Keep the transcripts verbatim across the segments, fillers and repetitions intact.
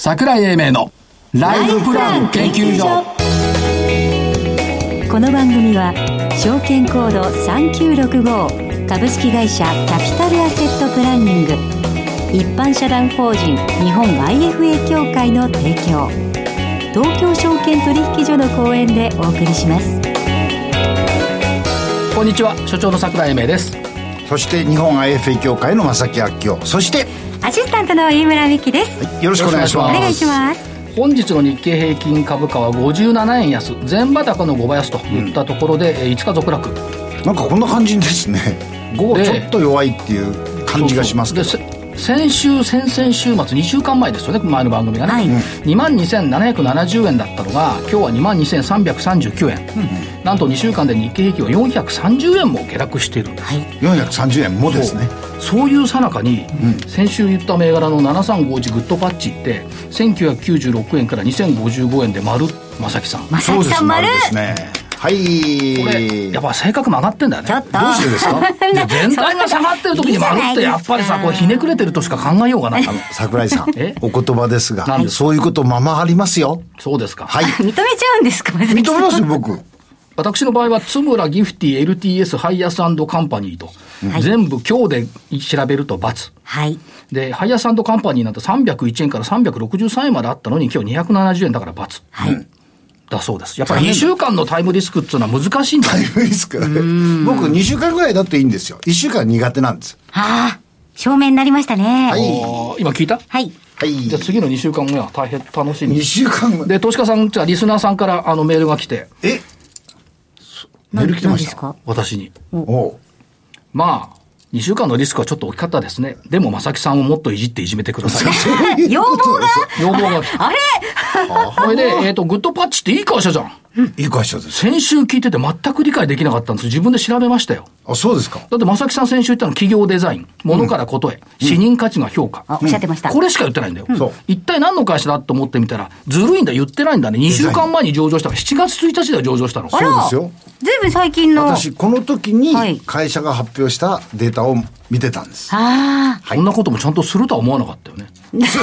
桜井英明のライフプラン研究所。 この番組は証券コードさんきゅうろくご株式会社キャピタルアセットプランニング、一般社団法人日本 アイエフエー 協会の提供、東京証券取引所の講演でお送りします。 こんにちは、所長の桜井英明です。 そして日本 アイエフエー 協会の正木明夫、そしてアシスタントの飯村美希です、 はい、よろしくお願いします。 お願いします。 本日の日経平均株価はごじゅうななえん安、前場高のごば安といったところで、うん、いつか続落。 なんかこんな感じですね。午後ちょっと弱いっていう感じがしますけど、 そうそうで先週先々週末にしゅうかんまえですよね、前の番組がね、はい、にまんにせんななひゃくななじゅうえんだったのが今日は にまんにせんさんびゃくさんじゅうきゅうえん、うん、なんとにしゅうかんで日経平均はよんひゃくさんじゅうえんも下落しているんです、はい、 よんひゃくさんじゅうえんもですね。 そう、そういうさなかに、うん、先週言った銘柄のななさんごいちグッドパッチってせんきゅうひゃくきゅうじゅうろくえんからにせんごじゅうごえんで丸。正木さん正木さん丸ですね。はい、 これやっぱ性格曲がってんだよね。 ちょっとどうしてですか全体が下がってる時に丸ってやっぱりさ、こうひねくれてるとしか考えようがない。あの桜井さんお言葉ですが、 はい、 そういうことままありますよ。 そうですか。 はい、 認めちゃうんですか。 認めますよ僕。 私の場合は津村ギフティ エルティーエス ハイアス&カンパニーと、はい、全部今日で調べると×、 はい、でハイアス&カンパニーなんてさんびゃくいちえんからさんびゃくろくじゅうさんえんまであったのに今日にひゃくななじゅうえんだから×、はい、うんだそうです。やっぱりにしゅうかんのタイムリスクっていうのは難しいんだ。 タイムリスク僕にしゅうかんぐらいだっていいんですよ。いっしゅうかん苦手なんです。 はあ、証明になりましたね。 はい、 今聞いた。 はい、 はい、 じゃあ次のにしゅうかんが大変楽しみ。 にしゅうかんで投資家さん、じゃあリスナーさんからあのメールが来て、 えメール来てました。私に。 おう、 まあにしゅうかんのリスクはちょっと大きかったですね。でも正木さんをもっといじっていじめてください。要望が要望があれこれで、えっと、グッドパッチっていい会社じゃん。 うん、いい会社です。 先週聞いてて全く理解できなかったんです。自分で調べましたよ。 あ、そうですか。 だって正木さん先週言ったの企業デザイン、物からことへ、うん、視認価値が評価、 うん、おっしゃってました。 これしか言ってないんだよ、うん、 そう。 一体何の会社だと思ってみたらずるいんだ、言ってないんだね。にしゅうかんまえに上場したからしちがつついたちで上場したの。 そうですよ。 ずいぶん最近の。 私この時に会社が発表したデータを見てたんです。 ああ、そんなこともちゃんとするとは思わなかったよね。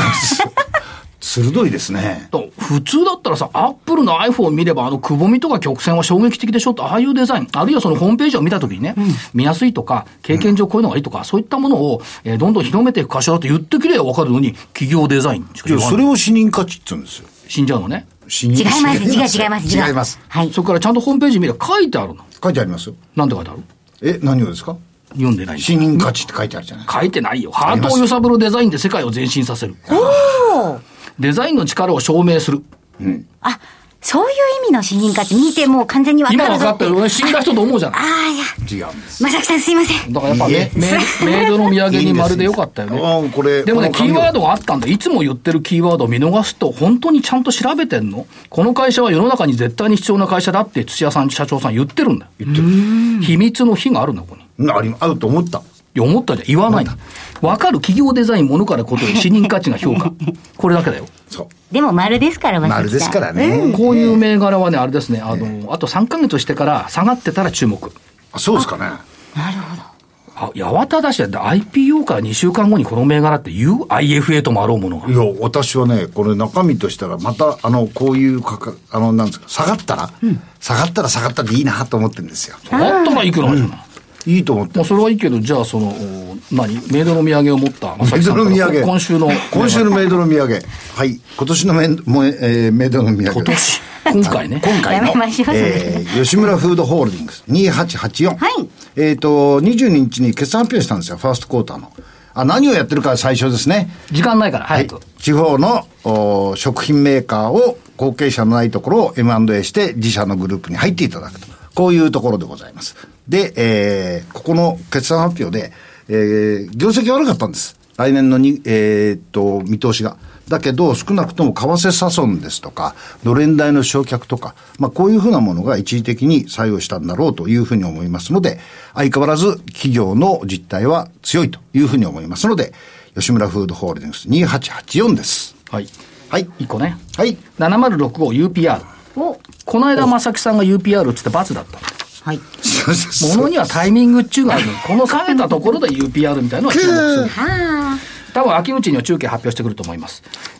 鋭いですね。 普通だったらさ、アップルの iPhone を見ればあのくぼみとか曲線は衝撃的でしょって、ああいうデザイン、あるいはそのホームページを見たときにね、うん、見やすいとか経験上こういうのがいいとか、うん、そういったものを、えー、どんどん広めていく会社だと言ってきれば分かるのに、企業デザインしか言わない。 それを視認価値って言うんですよ。 死んじゃうのね。 違います、違う違います違います。 はい。 それからちゃんとホームページ見れば書いてあるの。 書いてありますよ。 なんで書いてある？ え、何をですか？ 読んでない。 視認価値って書いてあるじゃない。 書いてないよ。ハートを揺さぶるデザインで世界を前進させる。 おー。 デザインの力を証明する。 うん。 あ、そういう意味の視認価値見てもう完全に分かるぞって。 今分かったよ。俺死んだ人と思うじゃない。 ああ、いや。 違うんです。 正木さんすいません。 だからやっぱね、メイドの土産に丸でよかったよね。 ああ、これ。 でもね、キーワードがあったんだ。いつも言ってるキーワードを見逃すと、本当にちゃんと調べてんの？この会社は世の中に絶対に必要な会社だって土屋さん、社長さん言ってるんだよ。 言ってる。 秘密の秘があるんだ、ここに。 あり、あると思った。 いや、思ったじゃん。言わないんだ。わかる企業デザイン、ものからことへ視認価値が評価。これだけだよ。 そう。 でも丸ですから、 丸ですからね、 うん。こういう銘柄はね、あれですね。あの、あとさんかげつしてから下がってたら注目。 あ、そうですかね。 なるほど。 あ、八幡だし、アイピーオー からにしゅうかんごにこの銘柄って言う アイエフエー ともあろうものが。 いや、私はね、これ中身としたら、また、あの、こういうかか、あの、なんですか、下がったら、うん、下がったら下がったでいいなと思ってるんですよ。 下がったらいくらじゃない、うんいいと思って。 もうそれはいいけど、じゃあその、何メイドの土産を持った。 メイドの土産。 今週の。 今週のメイドの土産。はい。今年のメイド、えー、メイドの土産。 今年。今回ね。 今回の、えー、吉村フードホールディングスにはちはちよん。 はい。 えっと、にじゅうににちに決算発表したんですよ。ファーストクォーターの。あ、何をやってるか最初ですね。 時間ないから、早く。 はい、地方のお食品メーカーを後継者のないところを エムアンドエー して自社のグループに入っていただくと。こういうところでございます。で、えー、ここの決算発表で、えー、業績悪かったんです。来年のに、えー、っと、見通しが。だけど、少なくとも為替差損ですとか、ドル円買いの償却とか、まあ、こういうふうなものが一時的に作用したんだろうというふうに思いますので、相変わらず企業の実態は強いというふうに思いますので、吉村フードホールディングスにはちはちよんです。 はい。 はい。 いっこね。 はい。 ななまるろくごユーピーアール。おこの間、正木さんが ユーピーアール って言って×だった。 はい。 ものにはタイミングっちゅうがあるのに、この下げたところで ユーピーアール みたいなのは注目する。多分秋口には中継発表してくると思います。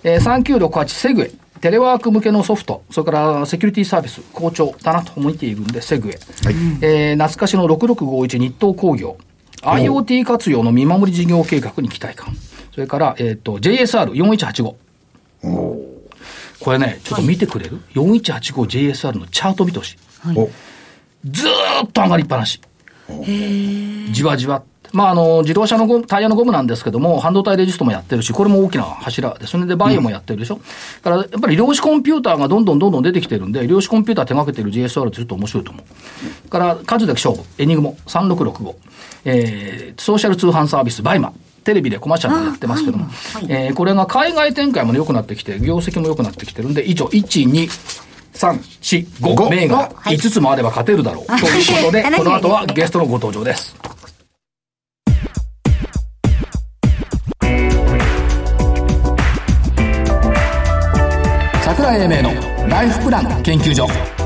えー、さんきゅうろくはちセグウェイ。テレワーク向けのソフト、それからセキュリティサービス、好調だなと思っているんで、セグウェイ。はい、えー、懐かしのろくろくごいち日東工業。IoT 活用の見守り事業計画に期待感。それから、えっ、ー、と、ジェイエスアールよんいちはちご。これね、ちょっと見てくれる、はい、よんいちはちごジェイエスアール のチャート見通し。はい、ずーっと上がりっぱなし。じわじわ。まあ、あの、自動車のゴム、タイヤのゴムなんですけども、半導体レジストもやってるし、これも大きな柱ですね。で、バイオもやってるでしょ。うん、だから、やっぱり量子コンピューターがどんどんどんどん出てきてるんで、量子コンピューター手掛けてる ジェイエスアール ってちょっと面白いと思う。から、数だけ勝負、エニグモさんろくろくご、えー、ソーシャル通販サービス、バイマ。テレビでコマーシャルでやってますけども、はいはい、えー、これが海外展開も良くなってきて、業績も良くなってきてるんで、以上、いち、に、さん、よん、ご銘柄、いつつもあれば勝てるだろう。ということで、この後はゲストのご登場です。櫻井英明のライフプラン研究所。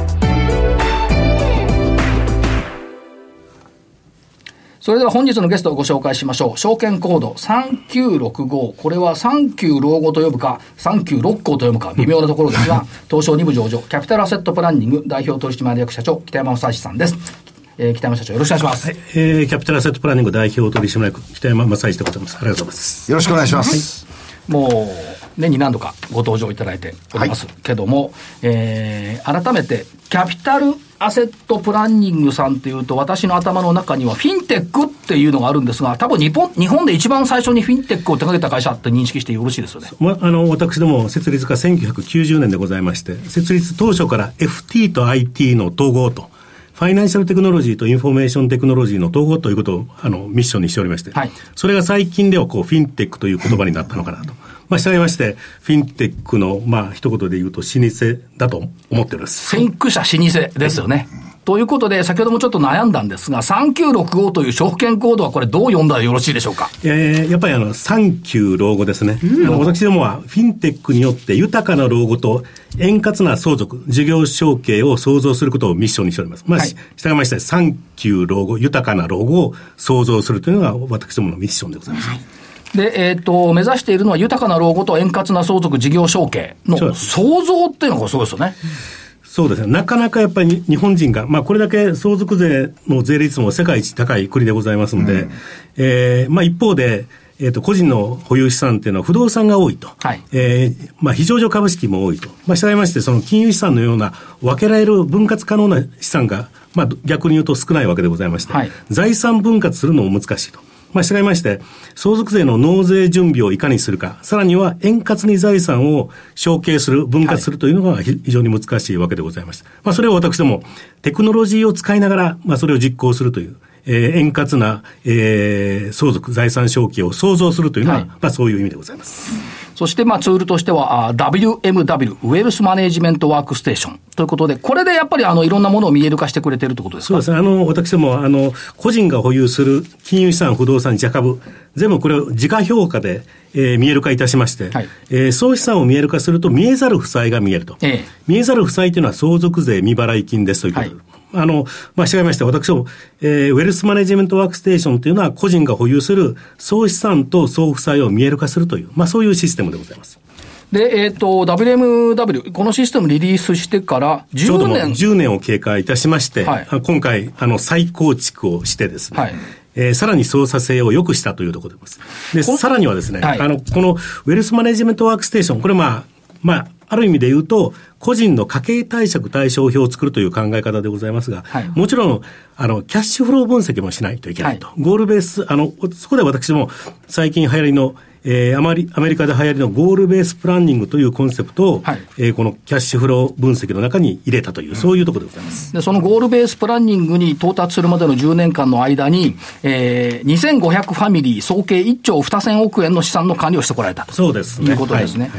それでは本日のゲストをご紹介しましょう。証券コードさんきゅうろくご。これはさんきゅう老後と呼ぶか、さんきゅうろっこうと読むか、微妙なところですが、東証に部上場、キャピタルアセットプランニング代表取締役社長、北山正史さんです。えー、北山社長、よろしくお願いします。はい、 えー、キャピタルアセットプランニング代表取締役、北山正史でございます。ありがとうございます。 よろしくお願いします。 はい、もう、年に何度かご登場いただいておりますけども、はい、えー、改めて、キャピタルアセットプランニングさんっていうと、私の頭の中にはフィンテックっていうのがあるんですが、多分日本、日本で一番最初にフィンテックを手掛けた会社って認識してよろしいですよね。 ま、あの、私ども設立がせんきゅうひゃくきゅうじゅうねんでございまして、設立当初から エフティー と アイティー の統合と、ファイナンシャルテクノロジーとインフォメーションテクノロジーの統合ということをあのミッションにしておりまして、はい、それが最近ではこうフィンテックという言葉になったのかなと。まあ、従いまして、フィンテックの、まあ、一言で言うと、老舗だと思っております。 先駆者老舗ですよね。うん、ということで、先ほどもちょっと悩んだんですが、さんきゅうろくごという証券コードはこれどう読んだらよろしいでしょうか。 えー、やっぱりあの、さんきゅう老後ですね。うん、あの私どもは、フィンテックによって豊かな老後と円滑な相続、事業承継を創造することをミッションにしております。まあ、はい、従いまして、さんきゅう老後、豊かな老後を創造するというのが私どものミッションでございます。はい、 で、えっと、目指しているのは豊かな老後と円滑な相続事業承継の創造っていうのがすごいですよね。 そうですね。なかなかやっぱり日本人が、まあこれだけ相続税の税率も世界一高い国でございますので、うん、えー、まあ一方で、えっと、個人の保有資産っていうのは不動産が多いと。はい。えー、まあ非上場株式も多いと。まあ従いまして、その金融資産のような分けられる分割可能な資産が、まあ逆に言うと少ないわけでございまして、はい、財産分割するのも難しいと。まあ、従いまして、相続税の納税準備をいかにするか、さらには円滑に財産を承継する、分割するというのが非常に難しいわけでございまして、はい、まあ、それを私ども、テクノロジーを使いながら、まあ、それを実行するという、えー、円滑な、えー、相続、財産承継を創造するというのは、はい、まあ、そういう意味でございます。 そして、まあ、ツールとしては、ダブリューエムダブリュー、ウェルスマネジメントワークステーションということで、これでやっぱり、あの、いろんなものを見える化してくれているということですか？ そうですね。あの、私ども、あの、個人が保有する金融資産、不動産、自社株、全部これを自家評価で、えー、見える化いたしまして、はい、えー、総資産を見える化すると、見えざる負債が見えると。ええ、見えざる負債というのは相続税未払い金ですということで。はい、あの、まあ、違いまして、私ども、えー、ウェルスマネジメントワークステーションというのは、個人が保有する総資産と総負債を見える化するという、まあ、そういうシステムでございます。 で、えっ、ー、と、ダブリューエムダブリュー、このシステムリリースしてからじゅうねん。 ちょうどじゅうねんを経過いたしまして、はい、今回、あの、再構築をしてですね、はい、えー、さらに操作性を良くしたというところでございます。で、さらにはですね、はい、あの、このウェルスマネジメントワークステーション、これまあ、まあ、ある意味で言うと、個人の家計貸借対照表を作るという考え方でございますが、はい、もちろん、あの、キャッシュフロー分析もしないといけないと。はい、ゴールベース、あの、そこで私も最近流行りの、えー、アマリ、アメリカで流行りのゴールベースプランニングというコンセプトを、はい、えー、このキャッシュフロー分析の中に入れたという、そういうところでございます。 で、そのゴールベースプランニングに到達するまでのじゅうねんかんの間に、えー、にせんごひゃくファミリー総計いっちょうにせんおくえんの資産の管理をしてこられたと。 そうですね。 いうことですね。 はいはい、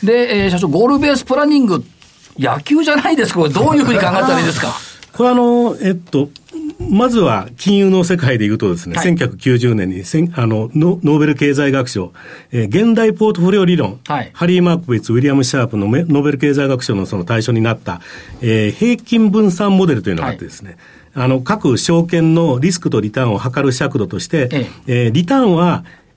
で、えー、社長、ゴールベースプランニング、野球じゃないですか、これどういうふうに考えたらいいですか？ これあの、えっと、まずは金融の世界で言うとですね、はい、せんきゅうひゃくきゅうじゅうねんにあのノーベル経済学賞、えー、現代ポートフォリオ理論、はい、ハリー・マークウィッツ、ウィリアム・シャープのノーベル経済学賞のその対象になった、えー、平均分散モデルというのがあってですね、はい、あの各証券のリスクとリターンを測る尺度として、えええー、リターンは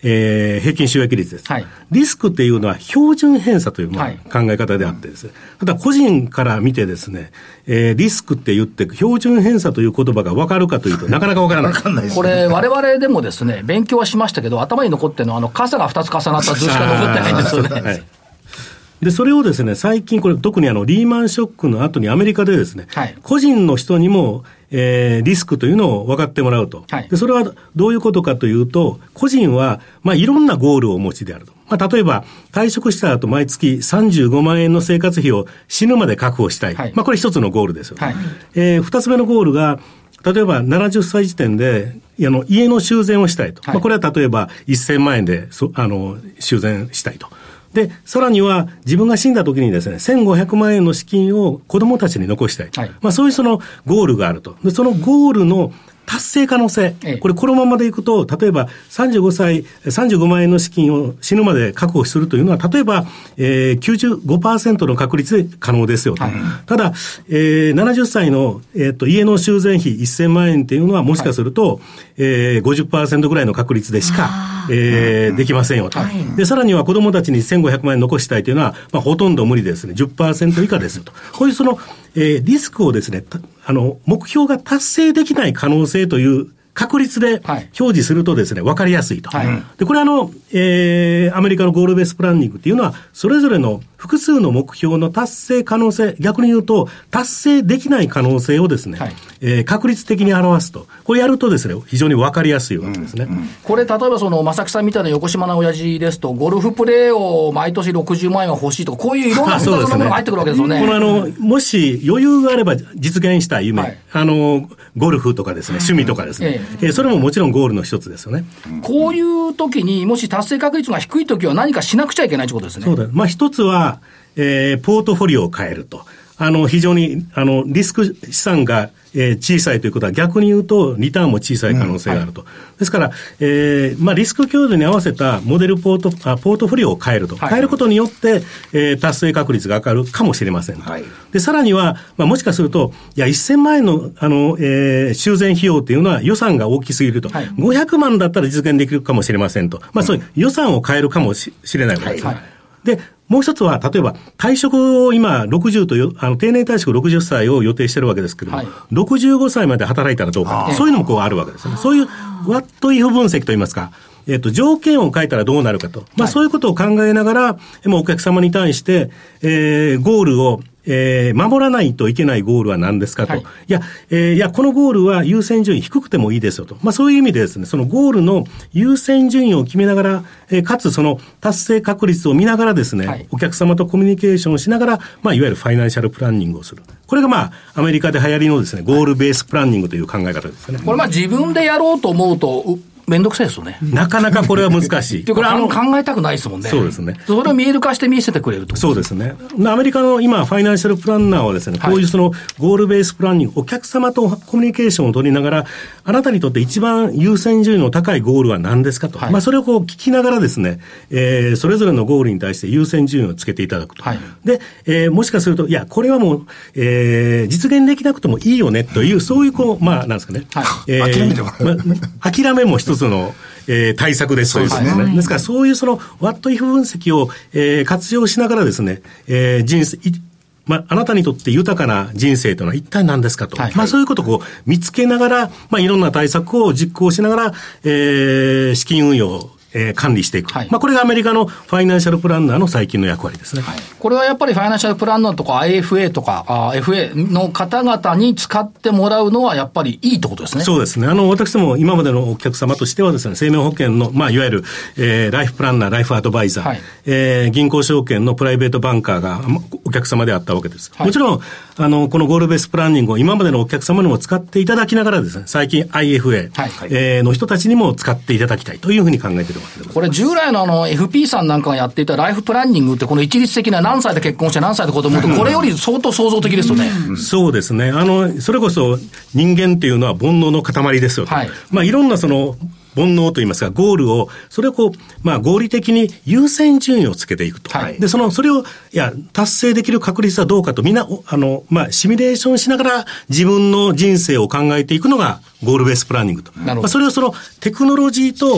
えー、平均収益率です、 はい。 リスクっていうのは標準偏差という、まあ、考え方であってですね、ただ個人から見てですね、えー、リスクって言って標準偏差という言葉が分かるかというとなかなか分からない。 分かんないですね。 これ我々でもですね、勉強はしましたけど、頭に残ってるのはあの傘がふたつ重なった図しか残ってないんですよね。はい。 で、それをですね、最近これ特にあのリーマンショックの後にアメリカでですね、はい、個人の人にも、えー、リスクというのを分かってもらうと、はい、でそれはどういうことかというと、個人はまあいろんなゴールをお持ちであると。まあ、例えば退職した後毎月さんじゅうごまんえんの生活費を死ぬまで確保したい。はい、まあこれ一つのゴールですよ。はい、えー、二つ目のゴールが、例えばななじゅっさい時点であの家の修繕をしたいと。はい、まあこれは例えばせんまんえんでそあの修繕したいと。で、さらには自分が死んだ時にですね、せんごひゃくまんえんの資金を子供たちに残したい。はい、まあそういうそのゴールがあると。で、そのゴールの達成可能性。ええ、これこのままでいくと、例えばさんじゅうごさい、さんじゅうごまんえんの資金を死ぬまで確保するというのは、例えば、えー、きゅうじゅうごパーセント の確率で可能ですよと。はい、ただ、えー、ななじゅっさいの、えー、と家の修繕費せんまんえんっていうのはもしかすると、はい、えー、ごじゅっパーセント ぐらいの確率でしか、えー、できませんよと。はい、で、さらには子供たちにせんごひゃくまんえん残したいというのは、まあ、ほとんど無理ですね。じゅっパーセント 以下ですよと。こういうその、えー、リスクをですね、あの、目標が達成できない可能性という確率で表示するとですね、分かりやすいと。はい、で、これあの、えー、アメリカのゴールベースプランニングっていうのは、それぞれの複数の目標の達成可能性、逆に言うと、達成できない可能性をですね、はい、えー、確率的に表すと。これやるとですね、非常に分かりやすいわけですね。うんうん、 これ、例えばその、正木さんみたいな横島な親父ですと、ゴルフプレーを毎年ろくじゅうまんえんは欲しいとか、こういういろんな複雑なものが入ってくるわけですよね。 このあの、もし余裕があれば実現したい夢、はい、あの、ゴルフとかですね、趣味とかですね、えええー、それももちろんゴールの一つですよね。 こういう時に、もし達成確率が低い時は何かしなくちゃいけないということですね。 そうだ。まあ一つは、えー、ポートフォリオを変えると。あの、非常に、あの、リスク資産が、えー、小さいということは逆に言うと、リターンも小さい可能性があると。うん、はい、ですから、えー、まあ、リスク強度に合わせたモデルポート、あ、ポートフォリオを変えると。はい、変えることによって、えー、達成確率が上がるかもしれませんと。はい、で、さらには、まあ、もしかすると、いや、せんまんえんの、あの、えー、修繕費用っていうのは予算が大きすぎると。はい、ごひゃくまんだったら実現できるかもしれませんと。まあ、そういう予算を変えるかもしれないわけですね。はいはい、で、もう一つは、例えば、退職を今、ろくじゅうという、あの、定年退職ろくじゅっさいを予定してるわけですけれども、はい、ろくじゅうごさいまで働いたらどうか。そういうのもこうあるわけですね。そういう、ワットイフ分析といいますか、えっと、条件を変えたらどうなるかと。まあ、そういうことを考えながら、もうお客様に対して、えー、ゴールを、えー、守らないといけないゴールは何ですかと。はい、いや、えー、いや、このゴールは優先順位低くてもいいですよと。まあそういう意味でですね、そのゴールの優先順位を決めながら、えー、かつその達成確率を見ながらですね、はい、お客様とコミュニケーションをしながら、まあいわゆるファイナンシャルプランニングをする。これがまあアメリカで流行りのですね、ゴールベースプランニングという考え方ですね。 これまあ自分でやろうと思うと、めんどくさいですよね。 なかなかこれは難しい。 これあの考えたくないですもんね。 そうですね。 それを見える化して見せてくれると。 そうですね。アメリカの今、ファイナンシャルプランナーはですね、はい、こういうそのゴールベースプランニング、お客様とコミュニケーションを取りながら、あなたにとって一番優先順位の高いゴールは何ですかと。はい、まあそれをこう聞きながらですね、えー、それぞれのゴールに対して優先順位をつけていただくと。はい、で、えー、もしかすると、いや、これはもう、えー、実現できなくてもいいよねという、そういうこう、まあなんですかね。はい、えー、諦めてもらう、まあ。諦めも一つの、えー、対策ですということですね。ですからそういうそのワットイフ分析を、えー、活用しながらですね、えー、人生、まあ、あなたにとって豊かな人生というのは一体何ですかと。はい、まあそういうことをこう見つけながら、まあいろんな対策を実行しながら、えー、資金運用をえー、管理していく、はい、まあ、これがアメリカのファイナンシャルプランナーの最近の役割ですね。はい、これはやっぱりファイナンシャルプランナーとか アイエフエー とかあ エフエー の方々に使ってもらうのはやっぱりいいってことですね。そうですね。あの私ども今までのお客様としてはですね、生命保険の、まあ、いわゆる、えー、ライフプランナー、ライフアドバイザー、はい、えー、銀行証券のプライベートバンカーがお客様であったわけです。はい、もちろんあのこのゴールベースプランニングを今までのお客様にも使っていただきながらですね、最近 アイエフエー、はいはい、えー、の人たちにも使っていただきたいというふうに考えているわけです。 これ従来のあの エフピー さんなんかがやっていたライフプランニングってこの一律的な何歳で結婚して何歳で子供ってこれより相当創造的ですよね。 うん、そうですね。あのそれこそ人間っていうのは煩悩の塊ですよと。はい、まあいろんなその煩悩といいますか、ゴールを、それをこう、まあ合理的に優先順位をつけていくと。はい、で、その、それを、いや、達成できる確率はどうかと、みんな、あの、まあ、シミュレーションしながら自分の人生を考えていくのがゴールベースプランニングと。なるほど。まあ、それをそのテクノロジーと、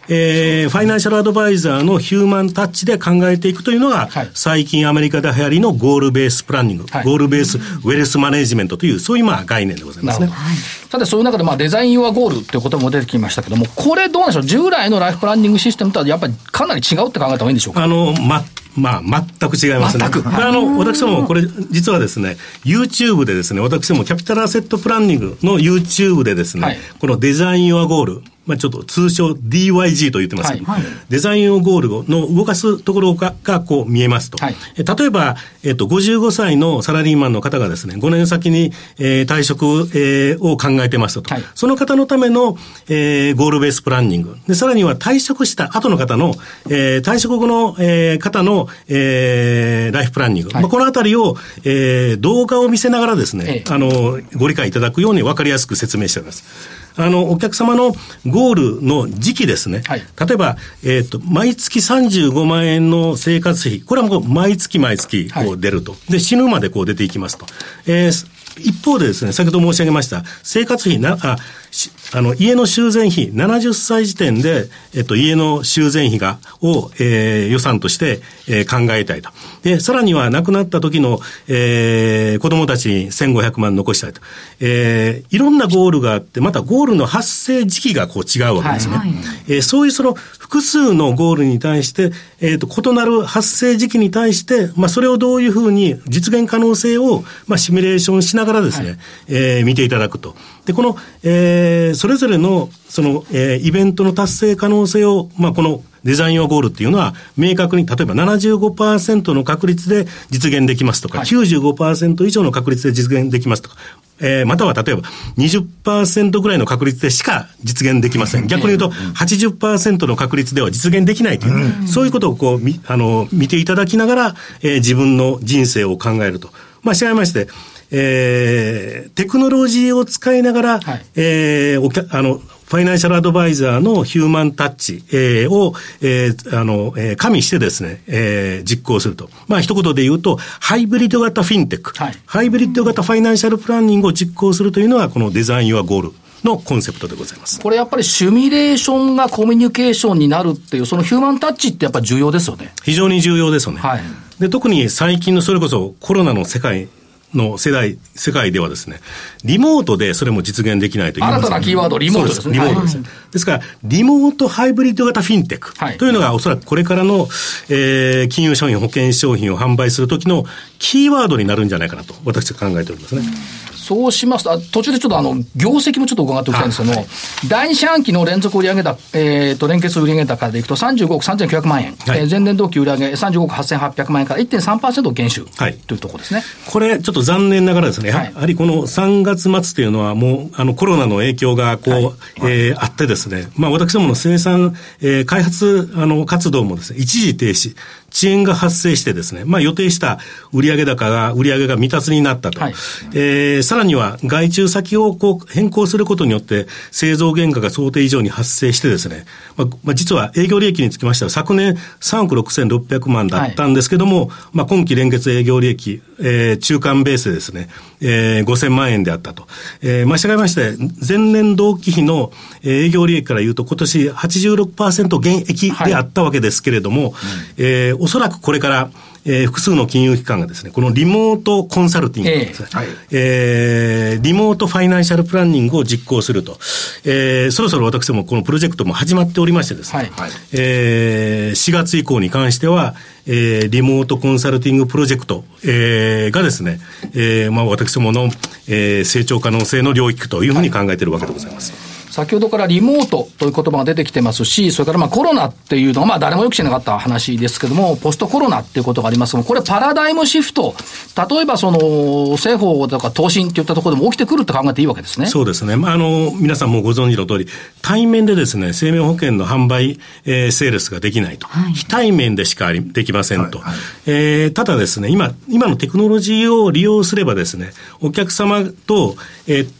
えー、ファイナンシャルアドバイザーのヒューマンタッチで考えていくというのが、はい、最近アメリカで流行りのゴールベースプランニング、はい、ゴールベースウェルスマネジメントという、そういうまあ概念でございますね。 さて、そういう中でまあデザインはゴールということも出てきましたけども、これどうなんでしょう、従来のライフプランニングシステムとはやっぱりかなり違うって考えた方がいいんでしょうか。 あの、ままあ、全く違いますね。全く。あの、私どもこれ、実はですね、YouTube でですね、私どもキャピタルアセットプランニングの YouTube でですね、はい、このデザインヨアゴール、まあ、ちょっと通称 ディーワイジー と言ってますけど、はいはい、デザイン用ゴールの動かすところが、がこう見えますと。はい、例えば、えっと、ごじゅうごさいのサラリーマンの方がですね、ごねん先に、えー、退職、えー、を考えてますと、はい。その方のための、えー、ゴールベースプランニング。で、さらには退職した後の方の、えー、退職後の、えー、方の、えー、ライフプランニング。はい、まあ、このあたりを、えー、動画を見せながらですね、ええ、あの、ご理解いただくように分かりやすく説明しております。あの、お客様のゴールの時期ですね。はい、例えば、えっと、毎月さんじゅうごまんえんの生活費。これはもう毎月毎月こう出ると。はい、で、死ぬまでこう出ていきますと。えー、一方でですね、先ほど申し上げました、生活費な、あ、あの、家の修繕費、ななじゅっさい時点で、えっと、家の修繕費が、を、えー、予算として、えー、考えたいと。で、さらには亡くなった時の、えー、子供たちにせんごひゃくまん残したいと。えー、いろんなゴールがあって、またゴールの発生時期がこう違うわけですね。はいはい、えー、そういうその複数のゴールに対して、えっと、異なる発生時期に対して、まあ、それをどういうふうに実現可能性を、まあ、シミュレーションしながらですね、はい、えー、見ていただくと。で、この、えー、それぞれの、その、えー、イベントの達成可能性を、まあ、このデザイン用ゴールっていうのは、明確に、例えば ななじゅうごパーセント の確率で実現できますとか、はい、きゅうじゅうごパーセント 以上の確率で実現できますとか、えー、または例えば にじゅっパーセント ぐらいの確率でしか実現できません。逆に言うと はちじゅっパーセント の確率では実現できないという、うん、そういうことをこう、み、あの、見ていただきながら、えー、自分の人生を考えると。まあ、違いまして、えー、テクノロジーを使いながら、はい、えー、お客、あの、ファイナンシャルアドバイザーのヒューマンタッチ、えー、を、えー、あの、えー、加味してですね、えー、実行すると。まあ、一言で言うと、ハイブリッド型フィンテック、はい、ハイブリッド型ファイナンシャルプランニングを実行するというのは、このデザイン・ユア・ゴールのコンセプトでございます。 これやっぱりシミュレーションがコミュニケーションになるっていう、そのヒューマンタッチってやっぱり重要ですよね。 非常に重要ですよね。 はい。 で、特に最近のそれこそコロナの世界、の世代、世界ではですね、リモートでそれも実現できないという。 新たなキーワード、リモートですね。 リモートです。はい、ですから、リモートハイブリッド型フィンテックというのがおそらくこれからの、えー、金融商品、保険商品を販売するときのキーワードになるんじゃないかなと、私は考えておりますね。 そうしますと、途中でちょっとあの、業績もちょっと伺っておきたいんですけども、はい、第二四半期の連続売上高、えっと、連結売上高でいくとさんじゅうごおくさんぜんきゅうひゃくまんえん、はい、えー、前年同期売上さんじゅうごおくはっせんはっぴゃくまんえんから いってんさんパーセント 減収、はい、というところですね。 これ、ちょっと残念ながらですね、はい、やはりこのさんがつ末というのはもう、あの、コロナの影響がこう、はい、えー、あってですね、まあ、私どもの生産、えー、開発、あの、活動もですね、一時停止、遅延が発生してですね、まあ予定した売上高が、売上が未達になったと。はい、えー、さらには外注先をこう変更することによって製造原価が想定以上に発生してですね、まあ、まあ、実は営業利益につきましては昨年さんおくろくせんろっぴゃくまんだったんですけども、はい、まあ今期連結営業利益、えー、中間ベースでですね、えー、ごせんまんえんであったと。えー、まあ、従いまして、前年同期比の営業利益から言うと今年 はちじゅうろくパーセント 減益であったわけですけれども、はい、えー、おそらくこれから、えー、複数の金融機関がですね、このリモートコンサルティングですね、えーはい、えー、リモートファイナンシャルプランニングを実行すると、えー、そろそろ私どもこのプロジェクトも始まっておりましてですね、はい、えー、しがつ以降に関しては、えー、リモートコンサルティングプロジェクト、えー、がですね、えー、まあ私どもの、えー、成長可能性の領域というふうに考えているわけでございます。はい、 先ほどからリモートという言葉が出てきてますし、それからまあコロナっていうのはまあ誰もよく知らなかった話ですけども、ポストコロナっていうことがありますが、これパラダイムシフト、例えばその政法とか投信っていったところでも起きてくると考えていいわけですね。 そうですね。まあ、あの、皆さんもご存知の通り、対面でですね、生命保険の販売、えー、セールスができないと。はい、非対面でしかできませんと。はいはい、えー、ただですね、今、今のテクノロジーを利用すればですね、お客様と、えー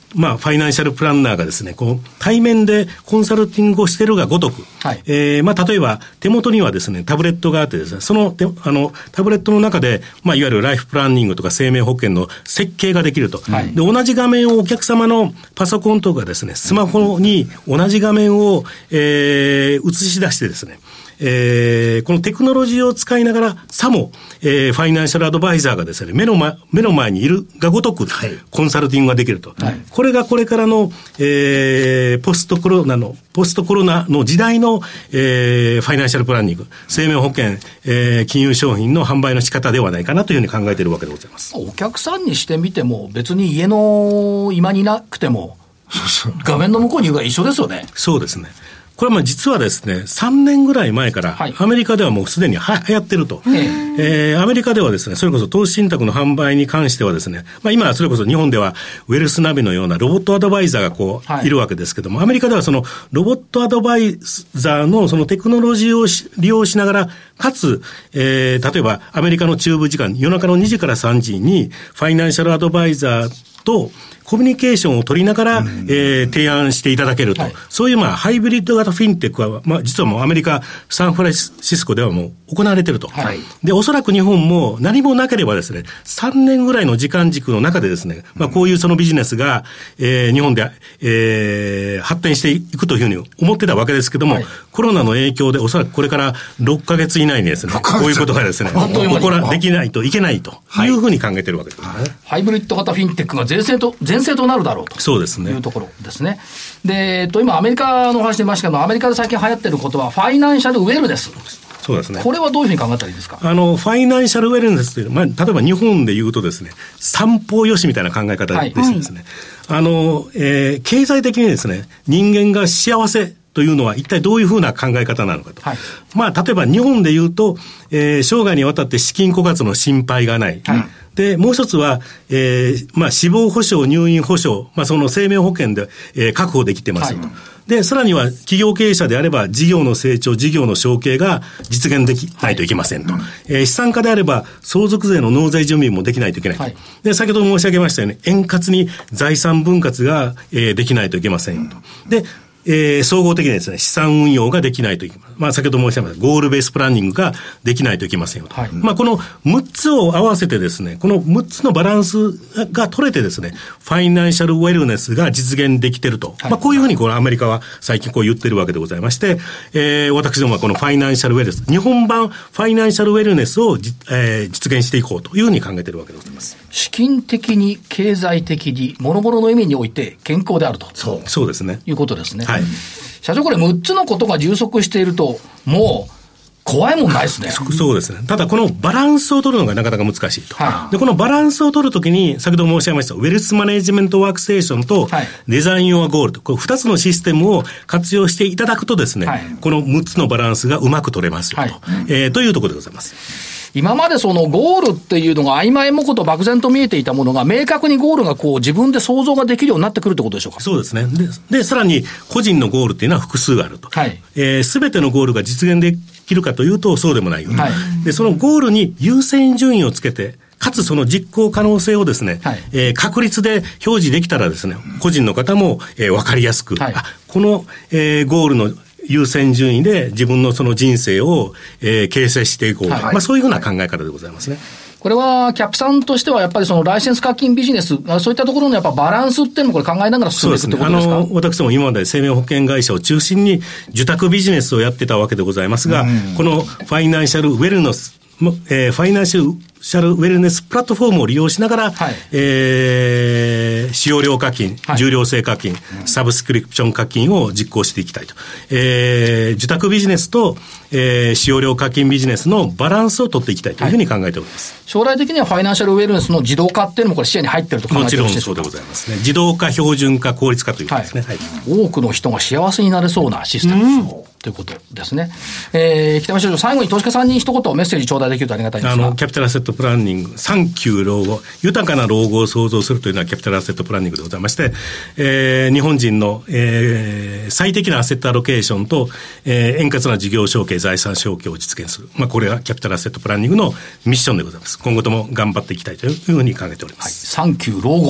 まあ、ファイナンシャルプランナーがですね、こう、対面でコンサルティングをしているがごとく、はい、えー、まあ、例えば、手元にはですね、タブレットがあってですね、その、あの、タブレットの中で、まあ、いわゆるライフプランニングとか生命保険の設計ができると。はい、で、同じ画面をお客様のパソコンとかですね、スマホに同じ画面を、えー、映し出してですね、えー、このテクノロジーを使いながらさも、えー、ファイナンシャルアドバイザーがですね、目の、ま、目の前にいるがごとく、はい、コンサルティングができると、はい、これがこれからの、えー、ポストコロナのポストコロナの時代の、えー、ファイナンシャルプランニング、生命保険、えー、金融商品の販売の仕方ではないかなというふうに考えているわけでございます。 お客さんにしてみても別に家の今になくても画面の向こうにいるが一緒ですよね。 そうですね。これはまあ実はですね、さんねんぐらい前からアメリカではもうすでには流行ってると、はい、えー、アメリカではですね、それこそ投資信託の販売に関してはですね、まあ今はそれこそ日本ではウェルスナビのようなロボットアドバイザーがこう、はい、いるわけですけども、アメリカではそのロボットアドバイザーのそのテクノロジーを利用しながら、かつ、えー、例えばアメリカの中部時間、夜中のにじからさんじにファイナンシャルアドバイザーとコミュニケーションを取りながら、うん、えー、提案していただけると、はい、そういうまあハイブリッド型フィンテックは、まあ、実はもうアメリカサンフランシスコではもう行われていると、はい、でおそらく日本も何もなければですね、さんねんぐらいの時間軸の中でですね、まあ、こういうそのビジネスが、えー、日本で、えー、発展していくというふうに思ってたわけですけども、はい、コロナの影響でおそらくこれからろっかげつ以内にですね、こういうことがですね、起こらできないといけないというふうに考えているわけですね、はい、 ハイブリッド型フィンテックが全盛と全盛となるだろうとそうですね。 いうところですね。で、えっと、今アメリカの話出ましたけど、アメリカで最近流行っていることはファイナンシャルウェルネス。 そうですね。 これはどういうふうに考えたらいいですか。 あのファイナンシャルウェルネスという、まあ、例えば日本で言うとですね、三方よしみたいな考え方でですね、はい、あの、えー、経済的にですね、人間が幸せというのは一体どういうふうな考え方なのかと。はい、まあ、例えば日本で言うと、えー、生涯にわたって資金枯渇の心配がない。はい、で、もう一つは、えー、まあ、死亡保障、入院保障、まあ、その生命保険で、えー、確保できてますと。はい、で、さらには企業経営者であれば事業の成長、事業の承継が実現できないといけませんと。はい、えー、資産家であれば相続税の納税準備もできないといけないと。はい、で、先ほど申し上げましたように、円滑に財産分割が、えー、できないといけませんよと。で、えー、総合的にですね、資産運用ができないといけません。まあ、先ほど申し上げました、ゴールベースプランニングができないといけませんよと。はい、まあ、このむっつを合わせてですね、このむっつのバランスが取れてですね、ファイナンシャルウェルネスが実現できていると。はい、まあ、こういうふうにこのアメリカは最近こう言ってるわけでございまして、えー、私どもはこのファイナンシャルウェルネス、日本版ファイナンシャルウェルネスを、えー、実現していこうというふうに考えているわけでございます。 資金的に、経済的に、諸々の意味において健康であると。 そう。そうですね。 いうことですね。 はい。 社長、これむっつのことが充足していると、もう怖いもんないですね。 そうですね。ただこのバランスを取るのがなかなか難しいと。はい、でこのバランスを取るときに、先ほど申し上げましたウェルスマネジメントワークステーションとデザインヨアゴールと、これふたつのシステムを活用していただくとですね、はい、このむっつのバランスがうまく取れますよと、はい、えー、というところでございます。 今までそのゴールっていうのが曖昧もこと漠然と見えていたものが明確にゴールがこう自分で想像ができるようになってくるってことでしょうか。 そうですね。で、でさらに個人のゴールっていうのは複数あると。はい、えー、全てのゴールが実現できるかというとそうでもないよと。はい、で、そのゴールに優先順位をつけて、かつその実行可能性をですね、はい、えー、確率で表示できたらですね、個人の方も、えー、分かりやすく、はい、あ、この、えー、ゴールの優先順位で自分のその人生を、えー、形成していこう、はい、まあ、そういうふうな考え方でございますね。 これはキャップさんとしてはやっぱりそのライセンス課金ビジネス、そういったところのやっぱバランスっていうのもこれ考えながら進めていくってことですか。 そうですね。あの私ども今まで生命保険会社を中心に受託ビジネスをやってたわけでございますが、うん、このファイナンシャルウェルネス、えー、ファイナンシャルシャルウェルネスプラットフォームを利用しながら、はい、えー、使用料課金、はい、重量制課金、うん、サブスクリプション課金を実行していきたいと。えー、受託ビジネスと、えー、使用料課金ビジネスのバランスを取っていきたいというふうに考えております。はい、 将来的にはファイナンシャルウェルネスの自動化っていうのもこれ視野に入っていると考えてよろしいでしょうか。 もちろんそうでございますね。自動化、標準化、効率化ということですね。はいはい、多くの人が幸せになれそうなシステム、うん、ということですね。えー、北山社長、最後に投資家さんに一言メッセージ頂戴できるとありがたいんですが。 あの、キャピタルアセットプランニング、サンキュー老後、豊かな老後を創造するというのはキャピタルアセットプランニングでございまして、えー、日本人の、えー、最適なアセットアロケーションと、えー、円滑な事業承継、財産承継を実現する。まあ、これがキャピタルアセットプランニングのミッションでございます。今後とも頑張っていきたいというふうに考えております。 はい、サンキュー老後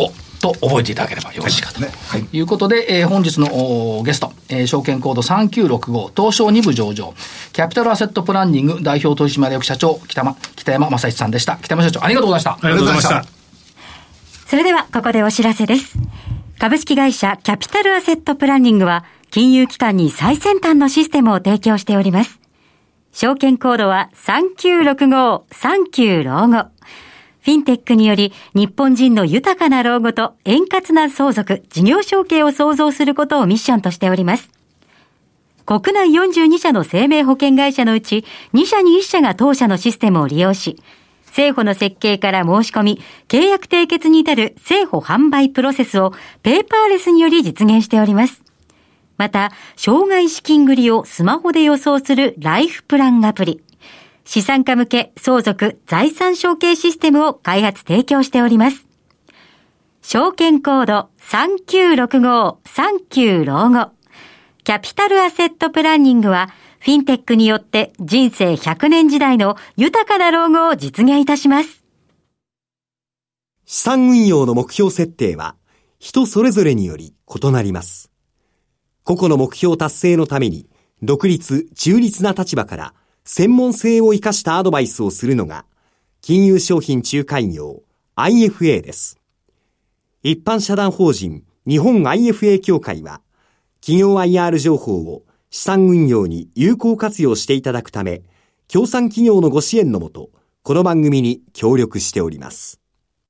と覚えていただければよろしいかと、 はいねはい、 いうことで、えー、本日のゲスト、えー、証券コードさんきゅうろくご東証に部上場キャピタルアセットプランニング代表取締役社長北山、北山正一さんでした。北山社長ありがとうございました。 ありがとうございました。 それではここでお知らせです。株式会社キャピタルアセットプランニングは金融機関に最先端のシステムを提供しております。証券コードはさんきゅうろくご、さんきゅう老後。フィンテックにより日本人の豊かな老後と円滑な相続、事業承継を創造することをミッションとしております。国内よんじゅうに社の生命保険会社のうちに社にいち社が当社のシステムを利用し、生保の設計から申し込み、契約締結に至る生保販売プロセスをペーパーレスにより実現しております。また、障害資金繰りをスマホで予想するライフプランアプリ、資産家向け相続財産承継システムを開発提供しております。証券コードさんきゅうろくご、さんきゅう老後。キャピタルアセットプランニングは、フィンテックによって人生ひゃくねん時代の豊かな老後を実現いたします。 資産運用の目標設定は人それぞれにより異なります。個々の目標達成のために独立、中立な立場から専門性を生かしたアドバイスをするのが金融商品仲介業 アイエフエー です。一般社団法人日本 アイエフエー 協会は企業 アイアール 情報を資産運用に有効活用していただくため、協賛企業のご支援のもと、この番組に協力しております。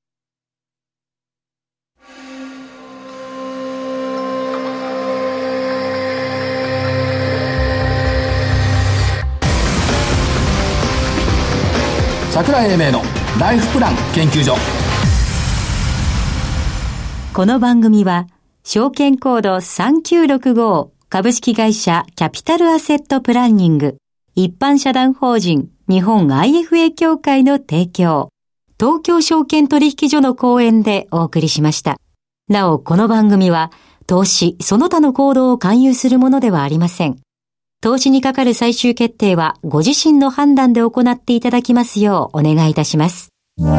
櫻井英明のライフプラン研究所。 この番組は証券コードさんきゅうろくご株式会社キャピタルアセットプランニング一般社団法人日本 アイエフエー 協会の提供、東京証券取引所の講演でお送りしました。なおこの番組は投資その他の行動を勧誘するものではありません。投資にかかる最終決定はご自身の判断で行っていただきますようお願いいたします。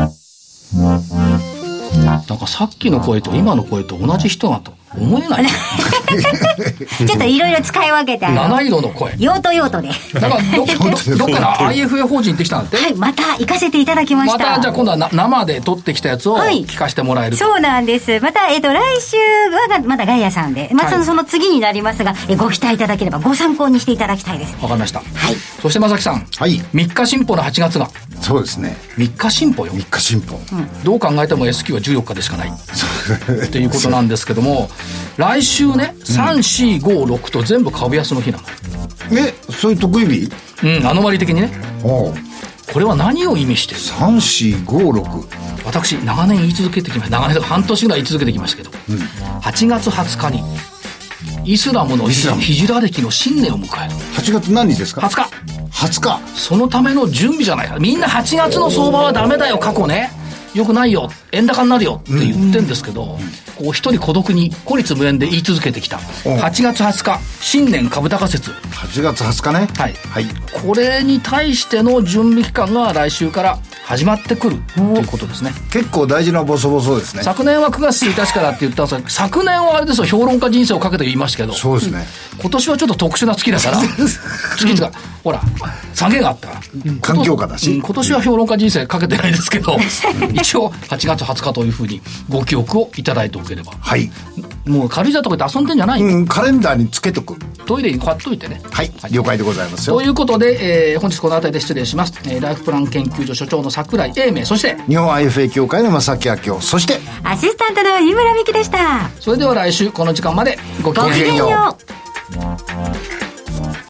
なんかさっきの声と今の声と同じ人だと思えないちょっといろいろ使い分けて七色の声用途用途でだから ど, ど, どっから アイエフエー 法人行ってきたんだって。 はい、また行かせていただきました。 またじゃあ今度はな生で撮ってきたやつを聞かせてもらえる、 はい、そうなんです。また、えっと、来週はまだガイアさんで、まあ、その、その次になりますが、えご期待いただければご参考にしていただきたいです。 わかりました、 はい、 そして正木さん、 はい、 みっか進歩のはちがつがそうですね、 みっか進歩よ。 みっか進歩、 うん、どう考えても エスキュー はじゅうよっかでしかないっていうことなんですけども、来週ねさん、よん、ご、ろくと全部株安の日なの。 え、そういう得意日？ うん、アノマリ的にね。 おう、 これは何を意味してる？ さん、よん、ご、ろく。 私長年言い続けてきました。長年半年ぐらい言い続けてきましたけど、うん、はちがつはつかにイスラムのヒジュラ歴の新年を迎える。 はちがつ何日ですか？ はつか。 はつか。 そのための準備じゃないか。みんなはちがつの相場はダメだよ、過去ね、よくないよ、円高になるよって言ってるんですけど、うん、こう一人孤独に孤立無縁で言い続けてきたはちがつはつか新年株高説。 はちがつはつかね、 はい、 はい、 これに対しての準備期間が来週から始まってくるということですね。 結構大事なボソボソですね。 昨年はくがつついたちからって言ったんですが、昨年はあれですよ、評論家人生をかけて言いましたけど、 そうですね、 うん、今年はちょっと特殊な月だから月がほら下げがあったから、 うん、環境下だし、 うん、今年は評論家人生かけてないですけど一応はちがつはつかというふうにご記憶をいただいておければ、 はい、 もう軽井沢とかで遊んでんじゃない、 うん、カレンダーにつけとく、 トイレに貼っといてね。 はい、はい、了解でございますよ。 ということで、えー、本日この辺りで失礼します。えー、ライフプラン研究所所長の櫻井英明、そして日本 アイエフエー 協会の正木明夫、そしてアシスタントの井村美樹でした。 それでは来週この時間までごきげんよう。 ごきげんよう。